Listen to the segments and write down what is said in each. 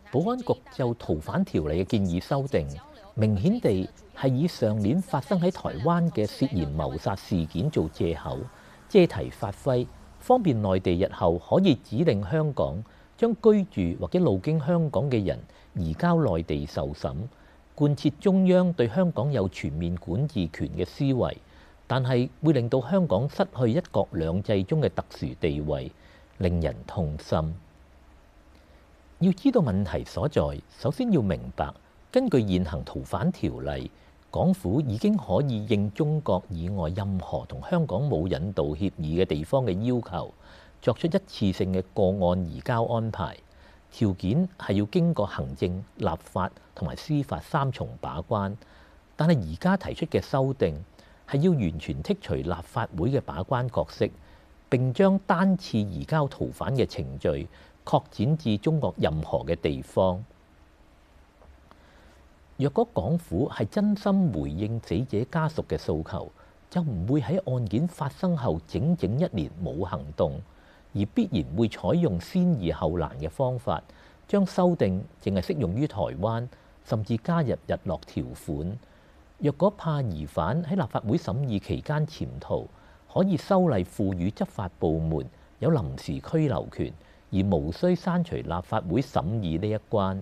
保安局就逃犯條例嘅建議修訂，明顯地係以上年發生喺台灣嘅涉嫌謀殺事件做藉口，借題發揮，方便內地日後可以指令香港將居住或者路經香港嘅人移交內地受審，貫徹中央對香港有全面管治權嘅思維，但係會令到香港失去一國兩制中嘅特殊地位，令人痛心。要知道問題所在，首先要明白，根據現行逃犯條例，港府已經可以應中國以外任何同香港冇引渡協議嘅地方嘅要求，作出一次性嘅個案移交安排。條件係要經過行政、立法同埋司法三重把關。但係而家提出嘅修訂係要完全剔除立法會嘅把關角色，並將單次移交逃犯嘅程序擴展至中國任何嘅地方。若果港府係真心回應死者家屬嘅訴求，就唔會喺案件發生後整整1年冇行動，而必然會採用先易後難嘅方法，將修訂淨係適用於台灣，甚至加入日落條款。若果怕疑犯喺立法會審議期間潛逃，可以修例賦予執法部門有臨時拘留權，而無需刪除立法會審議呢一關。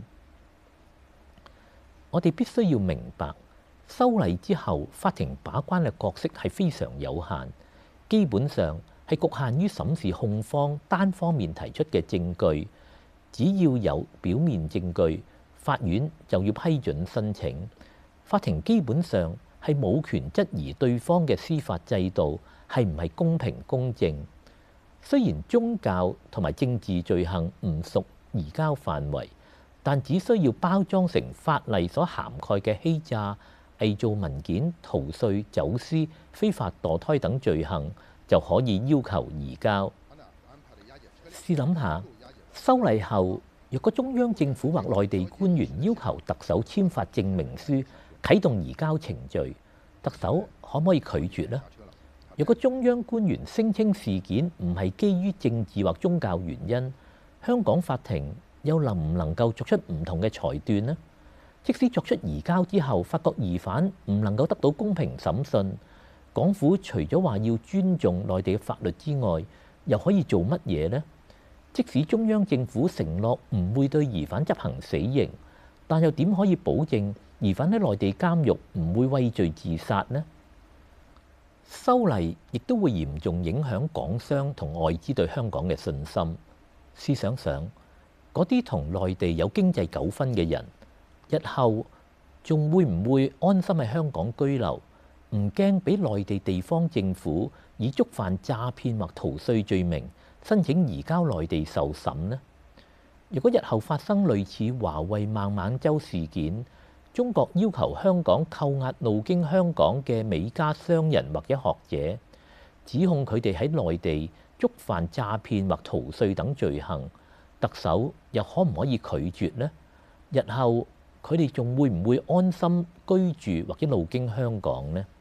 我哋必須要明白，修例之後，法庭把關嘅角色係非常有限，基本上係局限於審視控方單方面提出嘅證據。只要有表面證據，法院就要批准申請。法庭基本上係冇權質疑對方嘅司法制度係唔係公平公正。雖然宗教同埋政治罪行唔屬移交範圍，但只需要包裝成法例所涵蓋嘅欺詐、偽造文件、逃稅、走私、非法墮胎等罪行，就可以要求移交。試諗下，修例後，若果中央政府或內地官員要求特首簽發證明書，啟動移交程序，特首可唔可以拒絕呢？若果中央官員聲稱事件唔係基於政治或宗教原因，香港法庭又能唔能夠作出唔同嘅裁斷呢？即使作出移交之後，發覺疑犯唔能夠得到公平審訊，港府除咗話要尊重內地嘅法律之外，又可以做乜嘢呢？即使中央政府承諾唔會對疑犯執行死刑，但又點可以保證疑犯喺內地監獄唔會畏罪自殺呢？修例亦都會嚴重影響港商同外資對香港嘅信心。試想想，嗰啲同內地有經濟糾紛嘅人，日後仲會唔會安心喺香港居留，唔驚俾內地地方政府以觸犯詐騙或逃稅罪名申請移交內地受審呢？如果日後發生類似華為孟晚舟事件，中國要求香港扣押路經香港嘅美加商人或者學者，指控佢哋喺內地觸犯詐騙或逃稅等罪行，特首又可唔可以拒絕呢？日後佢哋仲會唔會安心居住或者路經香港呢？